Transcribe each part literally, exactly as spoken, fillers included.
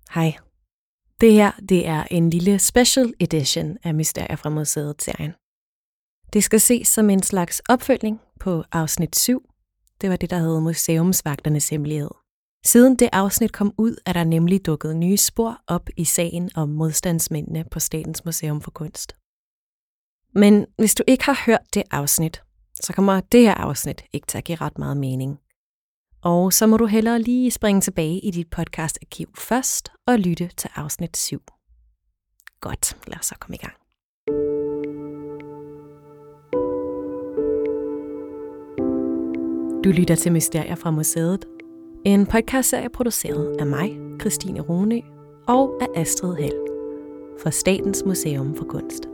Hej. Det her, det er en lille special edition af Mysterier fra Museet-serien. Det skal ses som en slags opfølgning på afsnit syv. Det var det, der hed Museumsvagternes hemmelighed. Siden det afsnit kom ud, er der nemlig dukket nye spor op i sagen om modstandsmændene på Statens Museum for Kunst. Men hvis du ikke har hørt det afsnit, så kommer det her afsnit ikke til at give ret meget mening. Og så må du hellere lige springe tilbage i dit podcastarkiv først og lytte til afsnit syv. Godt, lad os så komme i gang. Du lytter til Mysterier fra Museet, en podcastserie produceret af mig, Christine Rune, og af Astrid Hall for Statens Museum for Kunst.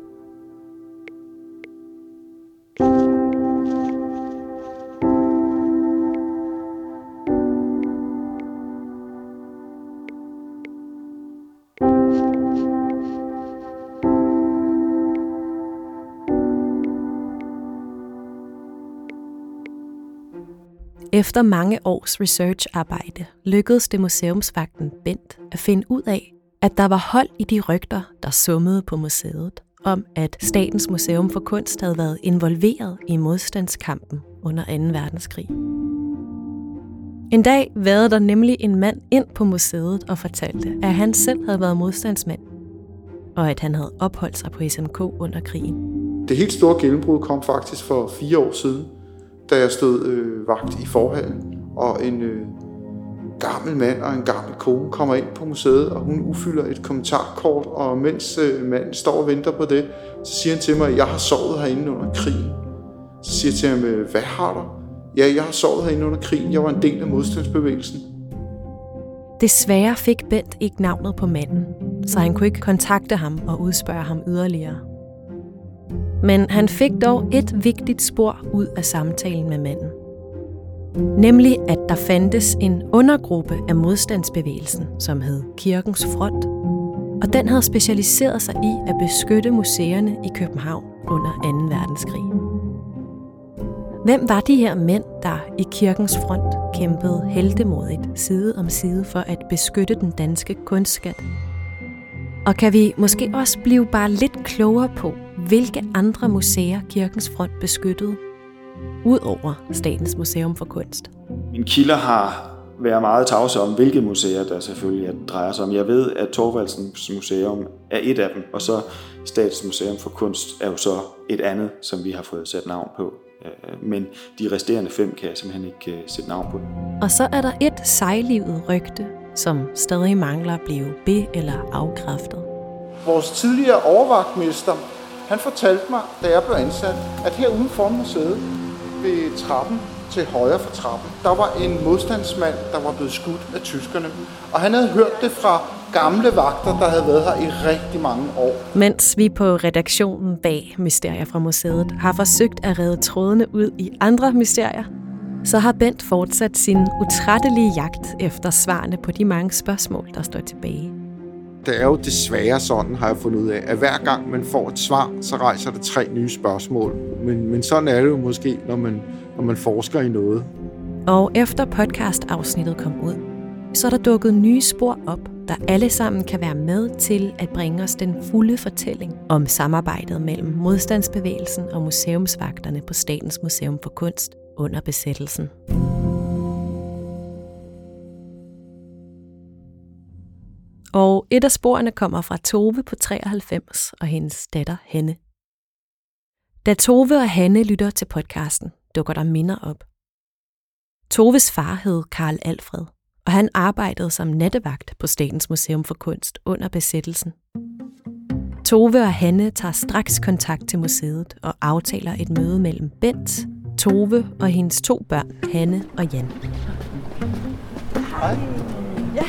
Efter mange års researcharbejde lykkedes det museumsvagten Bent at finde ud af, at der var hold i de rygter, der summede på museet, om at Statens Museum for Kunst havde været involveret i modstandskampen under anden verdenskrig. En dag vejede der nemlig en mand ind på museet og fortalte, at han selv havde været modstandsmand, og at han havde opholdt sig på S M K under krigen. Det helt store gennembrud kom faktisk for fire år siden, da jeg stod øh, vagt i forhallen, og en øh, gammel mand og en gammel kone kommer ind på museet, og hun udfylder et kommentarkort, og mens øh, manden står og venter på det, så siger han til mig, at jeg har sovet herinde under krigen. Så siger jeg til ham, hvad har du? Ja, jeg har sovet herinde under krigen, jeg var en del af modstandsbevægelsen. Desværre fik Bent ikke navnet på manden, så han kunne ikke kontakte ham og udspørge ham yderligere. Men han fik dog et vigtigt spor ud af samtalen med manden. Nemlig, at der fandtes en undergruppe af modstandsbevægelsen, som hed Kirkens Front, og den havde specialiseret sig i at beskytte museerne i København under anden verdenskrig. Hvem var de her mænd, der i Kirkens Front kæmpede heltemodigt side om side for at beskytte den danske kunstskat? Og kan vi måske også blive bare lidt klogere på, hvilke andre museer Kirkens Front beskyttede, udover Statens Museum for Kunst? Mine kilder har været meget tavse om, hvilke museer der selvfølgelig drejer sig om. Jeg ved, at Thorvaldsens Museum er et af dem, og så Statens Museum for Kunst er jo så et andet, som vi har fået sat navn på. Men de resterende fem kan jeg simpelthen ikke sætte navn på. Og så er der et sejlivet rygte, som stadig mangler at blive be- eller afkræftet. Vores tidligere overvagtmester, han fortalte mig, da jeg blev ansat, at her uden for museet, ved trappen til højre for trappen, der var en modstandsmand, der var blevet skudt af tyskerne. Og han havde hørt det fra gamle vagter, der havde været her i rigtig mange år. Mens vi på redaktionen bag Mysterier fra Museet har forsøgt at redde trådene ud i andre mysterier, så har Bent fortsat sin utrættelige jagt efter svarene på de mange spørgsmål, der står tilbage. Det er jo desværre sådan, har jeg fundet ud af, at hver gang man får et svar, så rejser det tre nye spørgsmål. Men, men sådan er det jo måske, når man, når man forsker i noget. Og efter podcast-afsnittet kom ud, så er der dukket nye spor op, der alle sammen kan være med til at bringe os den fulde fortælling om samarbejdet mellem modstandsbevægelsen og museumsvagterne på Statens Museum for Kunst under besættelsen. Og et af sporene kommer fra Tove på treoghalvfems og hendes datter Hanne. Da Tove og Hanne lytter til podcasten, dukker der minder op. Toves far hed Karl Alfred, og han arbejdede som nattevagt på Statens Museum for Kunst under besættelsen. Tove og Hanne tager straks kontakt til museet og aftaler et møde mellem Bent, Tove og hendes to børn, Hanne og Jan. Hej. Ja.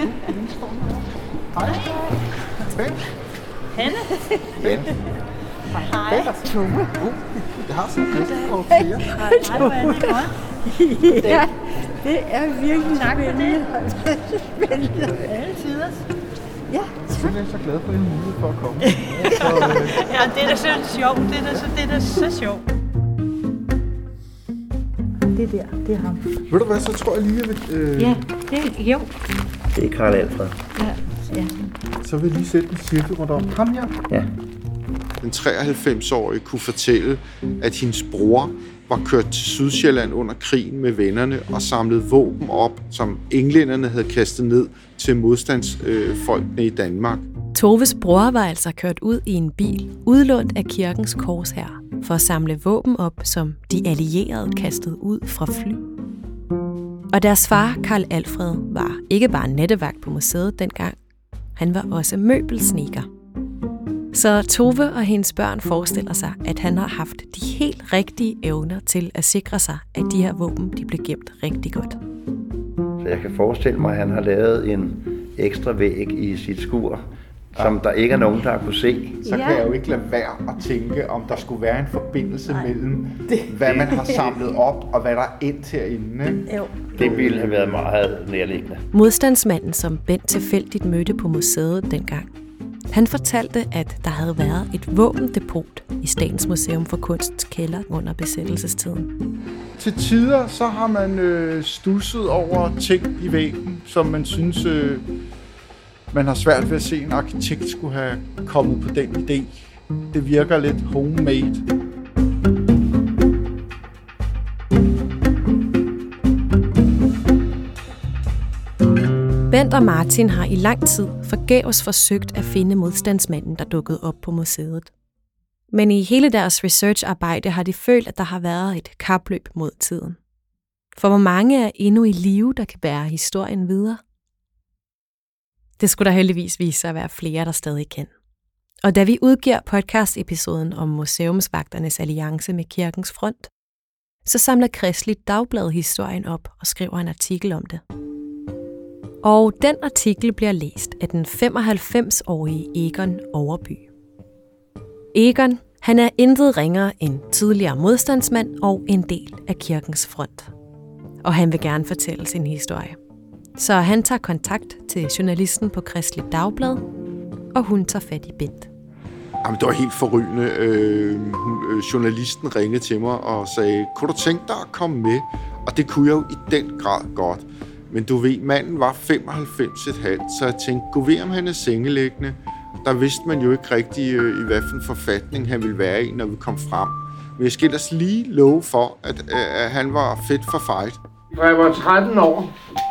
Hej. Bent. Hanne. Bent. Hej. Bent. Tove. Uh, jeg har sådan lidt på flere. Hej, hvor er det godt. Ja, det er virkelig tak for det. Spændende. Alle tiders. Ja, tak. Jeg er så glad for, at I har mulighed for at komme. Ja, det er da så sjovt. Det er da så, det er da så sjovt. Det der, det er ham. Ved du hvad, så tror jeg lige, jeg vil... Øh... Ja, det jo. Det er Karl Alfred. Ja, ja. Så vil jeg lige sætte en cirkel rundt om. Kom her. Ja. Den treoghalvfems-årige kunne fortælle, at hendes bror var kørt til Sydsjælland under krigen med vennerne og samlet våben op, som englænderne havde kastet ned til modstandsfolkene i Danmark. Toves bror var altså kørt ud i en bil, udlånt af kirkens korshær, for at samle våben op, som de allierede kastede ud fra fly. Og deres far, Karl Alfred, var ikke bare nattevagt på museet dengang, han var også møbelsneker. Så Tove og hendes børn forestiller sig, at han har haft de helt rigtige evner til at sikre sig, at de her våben de blev gemt rigtig godt. Så jeg kan forestille mig, at han har lavet en ekstra væg i sit skur, som der ikke er nogen, der har kunne se. Så kan jeg jo ikke lade være at tænke, om der skulle være en forbindelse Nej. mellem, hvad man har samlet op, og hvad der er ind herinde. Ikke? Jo. Det ville have været meget nærliggende. Modstandsmanden, som Bent tilfældigt mødte på museet dengang, han fortalte, at der havde været et våbendepot i Statens Museum for Kunsts kælder under besættelsestiden. Til tider så har man øh, stusset over ting i væggen, som man synes, øh, man har svært ved at se, en arkitekt skulle have kommet på den idé. Det virker lidt homemade. Bent og Martin har i lang tid forgæves forsøgt at finde modstandsmanden, der dukkede op på museet. Men i hele deres researcharbejde har de følt, at der har været et kapløb mod tiden. For hvor mange er endnu i live, der kan bære historien videre? Det skulle der heldigvis vise sig at være flere, der stadig kan. Og da vi udgiver podcast-episoden om Museumsvagternes alliance med Kirkens Front, så samler Kristeligt Dagblad historien op og skriver en artikel om det. Og den artikel bliver læst af den femoghalvfems-årige Egon Overby. Egon, han er intet ringere end tidligere modstandsmand og en del af Kirkens Front. Og han vil gerne fortælle sin historie. Så han tager kontakt til journalisten på Kristeligt Dagblad, og hun tager fat i Bent. Jamen, det var helt forrygende. Øh, hun, øh, journalisten ringede til mig og sagde, kunne du tænke dig at komme med? Og det kunne jeg jo i den grad godt. Men du ved, manden var femoghalvfems komma fem, så jeg tænkte, gå ved om han er sengeliggende. Der vidste man jo ikke rigtig, øh, i hvad for en forfatning han ville være i, når vi kom frem. Men jeg skal ellers lige love for, at, øh, at han var fedt for fight. Da jeg var tretten år,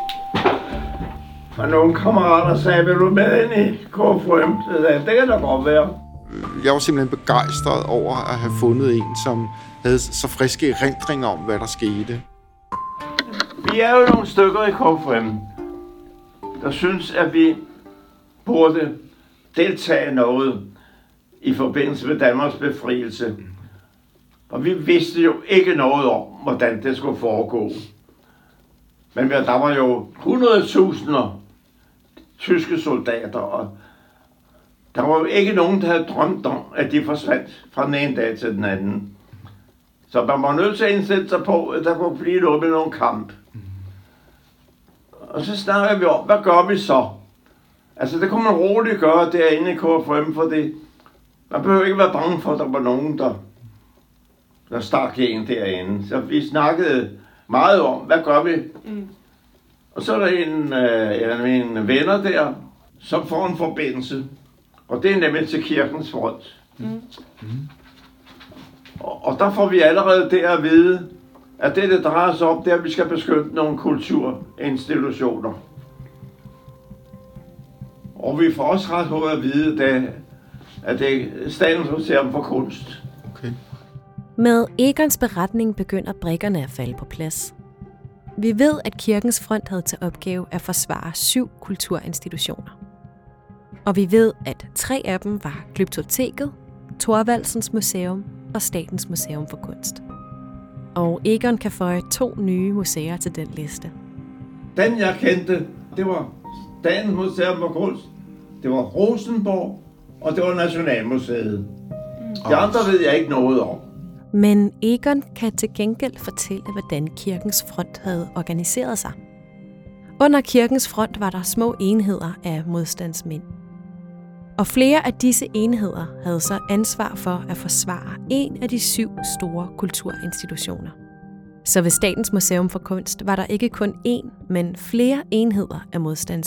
og nogle kammerater sagde, vil du med ind i K F U M? Så sagde, det kan da godt være. Jeg var simpelthen begejstret over at have fundet en, som havde så friske erindringer om, hvad der skete. Vi er jo nogle stykker i K F U M, der synes, at vi burde deltage noget i forbindelse med Danmarks befrielse. Og vi vidste jo ikke noget om, hvordan det skulle foregå. Men der var jo hundrede tusinder tyske soldater, og der var jo ikke nogen, der havde drømt om, at de forsvandt fra den ene dag til den anden. Så man var nødt til at indsætte sig på, at der kunne blive noget med nogle kamp. Og så snakker vi om, hvad gør vi så? Altså det kunne man roligt gøre derinde i K F U M, for det. Man behøver ikke være bange for, at der var nogen, der, der stak en derinde. Så vi snakkede meget om, hvad gør vi? Mm. Og så er der en, øh, en venner der, som får en forbindelse. Og det er nemlig til Kirkens Front. Mm. Mm. Og, og der får vi allerede der at vide, at det, det drejer sig om, det er, at vi skal beskytte nogle kulturinstitutioner. Og vi får også ret på at vide, det, at det er Statens Museum for Kunst. Okay. Med Egons beretning begynder brikkerne at falde på plads. Vi ved, at Kirkens Front havde til opgave at forsvare syv kulturinstitutioner. Og vi ved, at tre af dem var Glyptoteket, Thorvaldsens Museum og Statens Museum for Kunst. Og Egon kan føje to nye museer til den liste. Den jeg kendte, det var Statens Museum for Kunst, det var Rosenborg, og det var Nationalmuseet. De andre ved jeg ikke noget om. Men Egon kan til gengæld fortælle, hvordan Kirkens Front havde organiseret sig. Under Kirkens Front var der små enheder af modstandsmænd. Og flere af disse enheder havde så ansvar for at forsvare en af de syv store kulturinstitutioner. Så ved Statens Museum for Kunst var der ikke kun én, men flere enheder af modstandsmænd.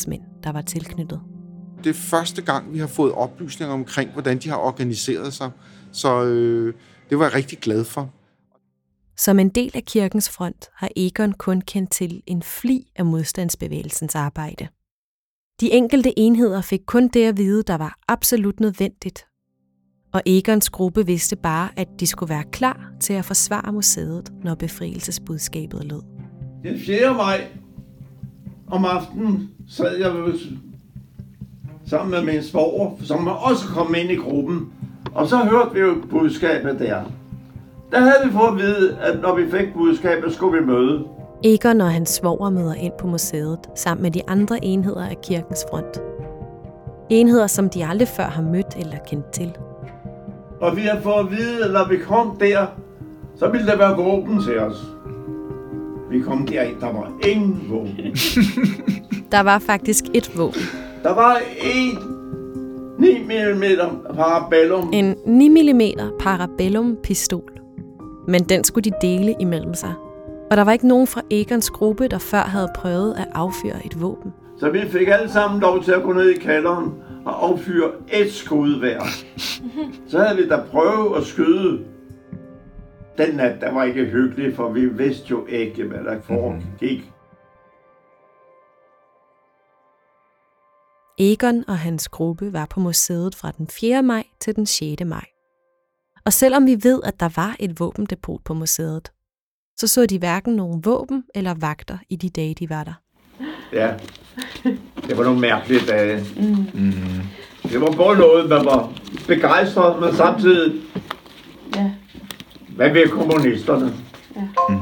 der var tilknyttet. Det er første gang, vi har fået oplysninger omkring, hvordan de har organiseret sig. Så øh, det var jeg rigtig glad for. Som en del af kirkens front har Egon kun kendt til en fli af modstandsbevægelsens arbejde. De enkelte enheder fik kun det at vide, der var absolut nødvendigt. Og Egons gruppe vidste bare, at de skulle være klar til at forsvare museet, når befrielsesbudskabet lød. Den fjerde maj om aftenen sad jeg sammen med min svoger, som også kom ind i gruppen. Og så hørte vi jo budskabet der. Der havde vi fået at vide, at når vi fik budskabet, skulle vi møde. Egon og hans svoger møder ind på museet sammen med de andre enheder af kirkens front. Enheder, som de aldrig før har mødt eller kendt til. Og vi har fået at vide, at når vi kom der, så ville der være våben til os. Vi kom derind, der var ingen våben. Der var faktisk et våben. Der var en ni millimeter Parabellum. En ni millimeter Parabellum pistol. Men den skulle de dele imellem sig. Og der var ikke nogen fra Egons gruppe, der før havde prøvet at affyre et våben. Så vi fik alle sammen lov til at gå ned i kælderen og affyre et skud hver. Så havde vi da prøvet at skyde. Den nat, der var ikke hyggeligt, for vi vidste jo ikke, hvad der foregik. Egon og hans gruppe var på museet fra den fjerde maj til den sjette maj. Og selvom vi ved, at der var et våbendepot på museet, så så de hverken nogen våben eller vagter i de dage, de var der. Ja, det var nogle mærkelige dage. Mm. Det var både noget, man var begejstret, men samtidig, ja. Hvad ved kommunisterne? Ja. Mm.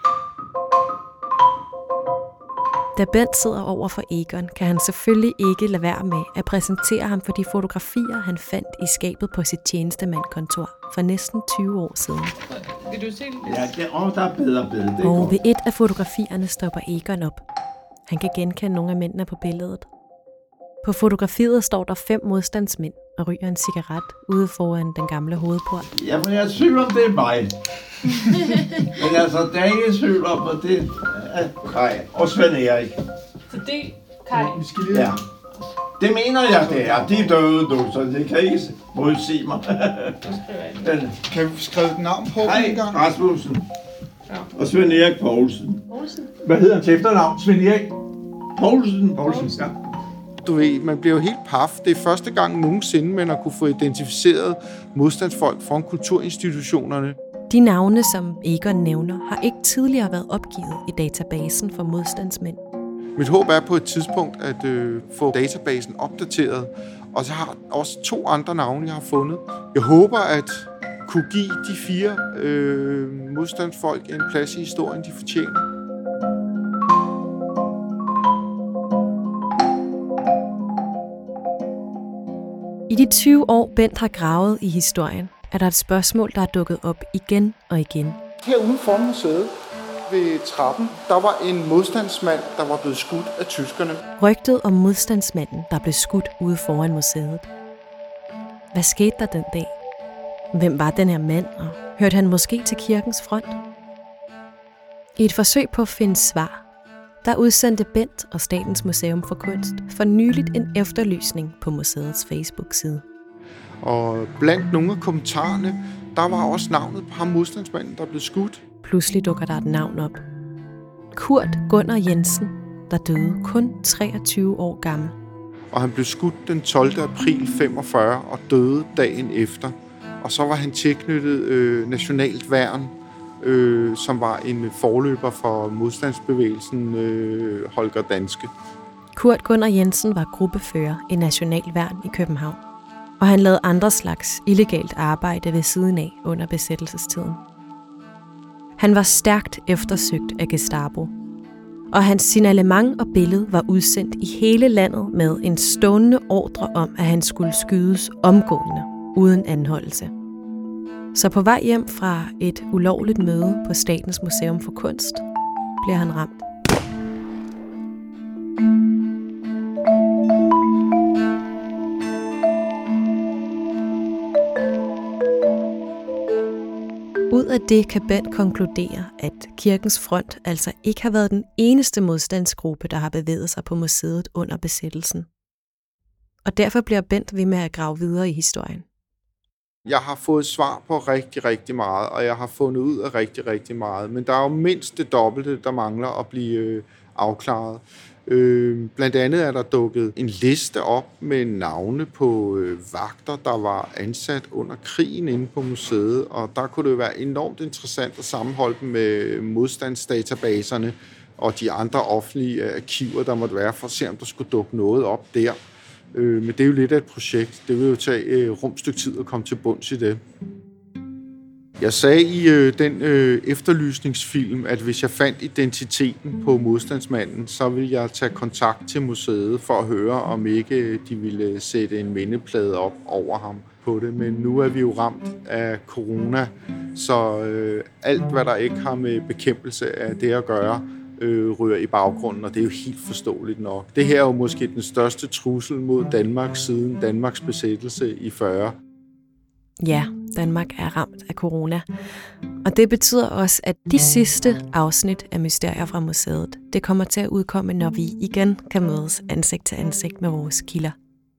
Da Bent sidder over for Egon, kan han selvfølgelig ikke lade være med at præsentere ham for de fotografier, han fandt i skabet på sit tjenestemandkontor for næsten tyve år siden. Vil du se det? Ja, det, åh, der er bedre billede. Det er og godt. ved et af fotografierne stopper Egon op. Han kan genkende nogle af mændene på billedet. På fotografiet står der fem modstandsmænd og ryger en cigaret ude foran den gamle hovedport. Ja, men jeg er tvivl om, det er mig. Men altså, der er ikke tvivl om, at det er Kai og Svend Erik. Så det Kai? Ja. Det mener jeg, det er. De er døde nu, så det kan ikke modsige mig. Den. Kan vi skrive et navn på Kai en gang? Rasmussen. Ja. Og Svend Erik Poulsen. Poulsen? Hvad hedder han til efternavn? Svend Erik Poulsen. Poulsen, ja. Du ved, man bliver jo helt paf. Det er første gang nogensinde, man har kunne få identificeret modstandsfolk fra kulturinstitutionerne. De navne, som Egon nævner, har ikke tidligere været opgivet i databasen for modstandsmænd. Mit håb er på et tidspunkt at øh, få databasen opdateret, og så har også to andre navne, jeg har fundet. Jeg håber at kunne give de fire øh, modstandsfolk en plads i historien, de fortjener. I de tyve år, Bent har gravet i historien, er der et spørgsmål, der er dukket op igen og igen. Her uden for museet ved trappen, der var en modstandsmand, der var blevet skudt af tyskerne. Rygtet om modstandsmanden, der blev skudt ude foran museet. Hvad skete der den dag? Hvem var den her mand, og hørte han måske til kirkens front? I et forsøg på at finde svar, der udsendte Bent og Statens Museum for Kunst for nyligt en efterlysning på museets Facebook-side. Og blandt nogle af kommentarerne, der var også navnet på ham modstandsmanden, der blev skudt. Pludselig dukker der et navn op. Kurt Gunnar Jensen, der døde kun treogtyve år gammel. Og han blev skudt den tolvte april femogfyrre og døde dagen efter. Og så var han tilknyttet øh, Nationalt Værn, øh, som var en forløber for modstandsbevægelsen øh, Holger Danske. Kurt Gunnar Jensen var gruppefører i Nationalt Værn i København. Og han lavede andre slags illegalt arbejde ved siden af under besættelsestiden. Han var stærkt eftersøgt af Gestapo, og hans signalement og billede var udsendt i hele landet med en stående ordre om, at han skulle skydes omgående, uden anholdelse. Så på vej hjem fra et ulovligt møde på Statens Museum for Kunst, bliver han ramt. Ud af det kan Bent konkludere, at Kirkens Front altså ikke har været den eneste modstandsgruppe, der har bevæget sig på museet under besættelsen. Og derfor bliver Bent ved med at grave videre i historien. Jeg har fået svar på rigtig, rigtig meget, og jeg har fundet ud af rigtig, rigtig meget. Men der er jo mindst det dobbelte, der mangler at blive øh, afklaret. Øh, blandt andet er der dukket en liste op med navne på øh, vagter, der var ansat under krigen inde på museet, og der kunne det være enormt interessant at sammenholde dem med modstandsdatabaserne og de andre offentlige arkiver, der måtte være, for at se, om der skulle dukke noget op der. Øh, men det er jo lidt af et projekt. Det vil jo tage øh, rumstykke tid at komme til bunds i det. Jeg sagde i øh, den øh, efterlysningsfilm, at hvis jeg fandt identiteten på modstandsmanden, så ville jeg tage kontakt til museet for at høre, om ikke de ville sætte en mindeplade op over ham på det. Men nu er vi jo ramt af corona, så øh, alt, hvad der ikke har med bekæmpelse af det at gøre, øh, ryger i baggrunden, og det er jo helt forståeligt nok. Det her er jo måske den største trussel mod Danmark siden Danmarks besættelse i fyrre. Ja, Danmark er ramt af corona. Og det betyder også, at de sidste afsnit af Mysterier fra Museet, det kommer til at udkomme, når vi igen kan mødes ansigt til ansigt med vores kilder.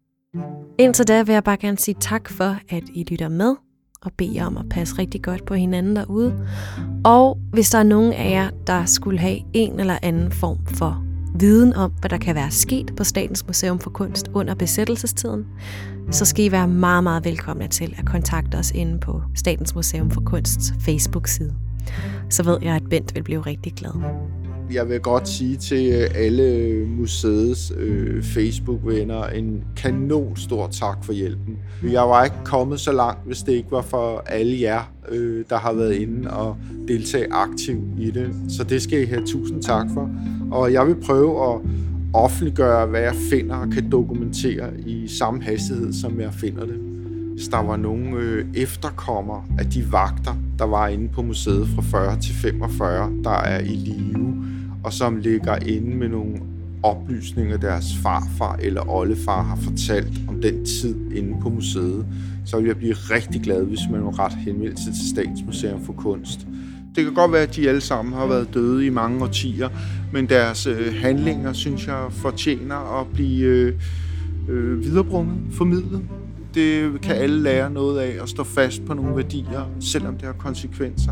Indtil da vil jeg bare gerne sige tak for, at I lytter med, og bede jer om at passe rigtig godt på hinanden derude. Og hvis der er nogen af jer, der skulle have en eller anden form for viden om, hvad der kan være sket på Statens Museum for Kunst under besættelsestiden, så skal I være meget, meget velkomne til at kontakte os inde på Statens Museum for Kunsts Facebook-side. Så ved jeg, at Bent vil blive rigtig glad. Jeg vil godt sige til alle museets øh, Facebook-venner en kanon stor tak for hjælpen. Jeg var ikke kommet så langt, hvis det ikke var for alle jer, øh, der har været inde og deltage aktivt i det. Så det skal I have tusind tak for. Og jeg vil prøve at offentliggøre, hvad jeg finder og kan dokumentere i samme hastighed, som jeg finder det. Hvis der var nogle øh, efterkommere af de vagter, der var inde på museet fra fyrre til femogfyrre, der er i live, og som ligger inde med nogle oplysninger, deres farfar eller oldefar har fortalt om den tid inde på museet, så vil jeg blive rigtig glad, hvis man må ret henvendelse til Statens Museum for Kunst. Det kan godt være, at de alle sammen har været døde i mange årtier, men deres øh, handlinger, synes jeg, fortjener at blive øh, øh, viderebrunget, formidlet. Det kan alle lære noget af at stå fast på nogle værdier, selvom det har konsekvenser.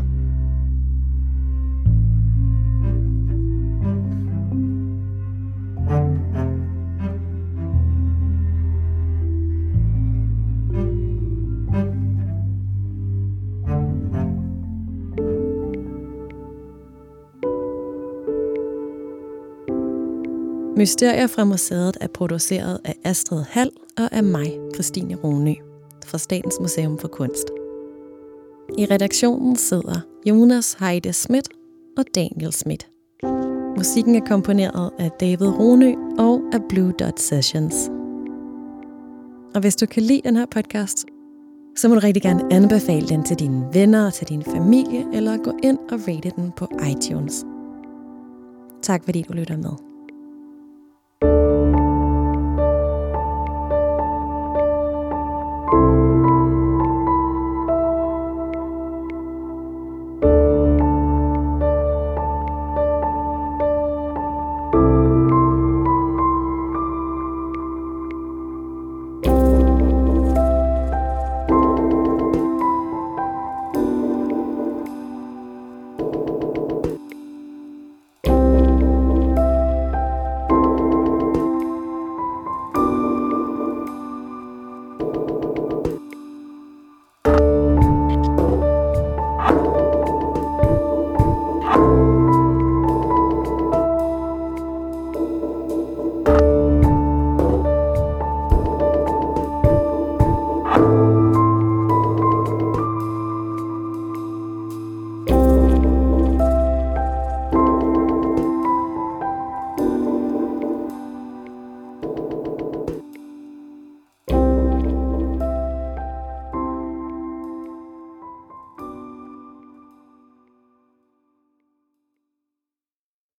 Mysterier fra Museet er produceret af Astrid Hall og af mig, Christine Ronø, fra Statens Museum for Kunst. I redaktionen sidder Jonas Heide Schmidt og Daniel Schmidt. Musikken er komponeret af David Ronø og af Blue Dot Sessions. Og hvis du kan lide den her podcast, så må du rigtig gerne anbefale den til dine venner og til din familie, eller gå ind og rate den på iTunes. Tak fordi du lytter med.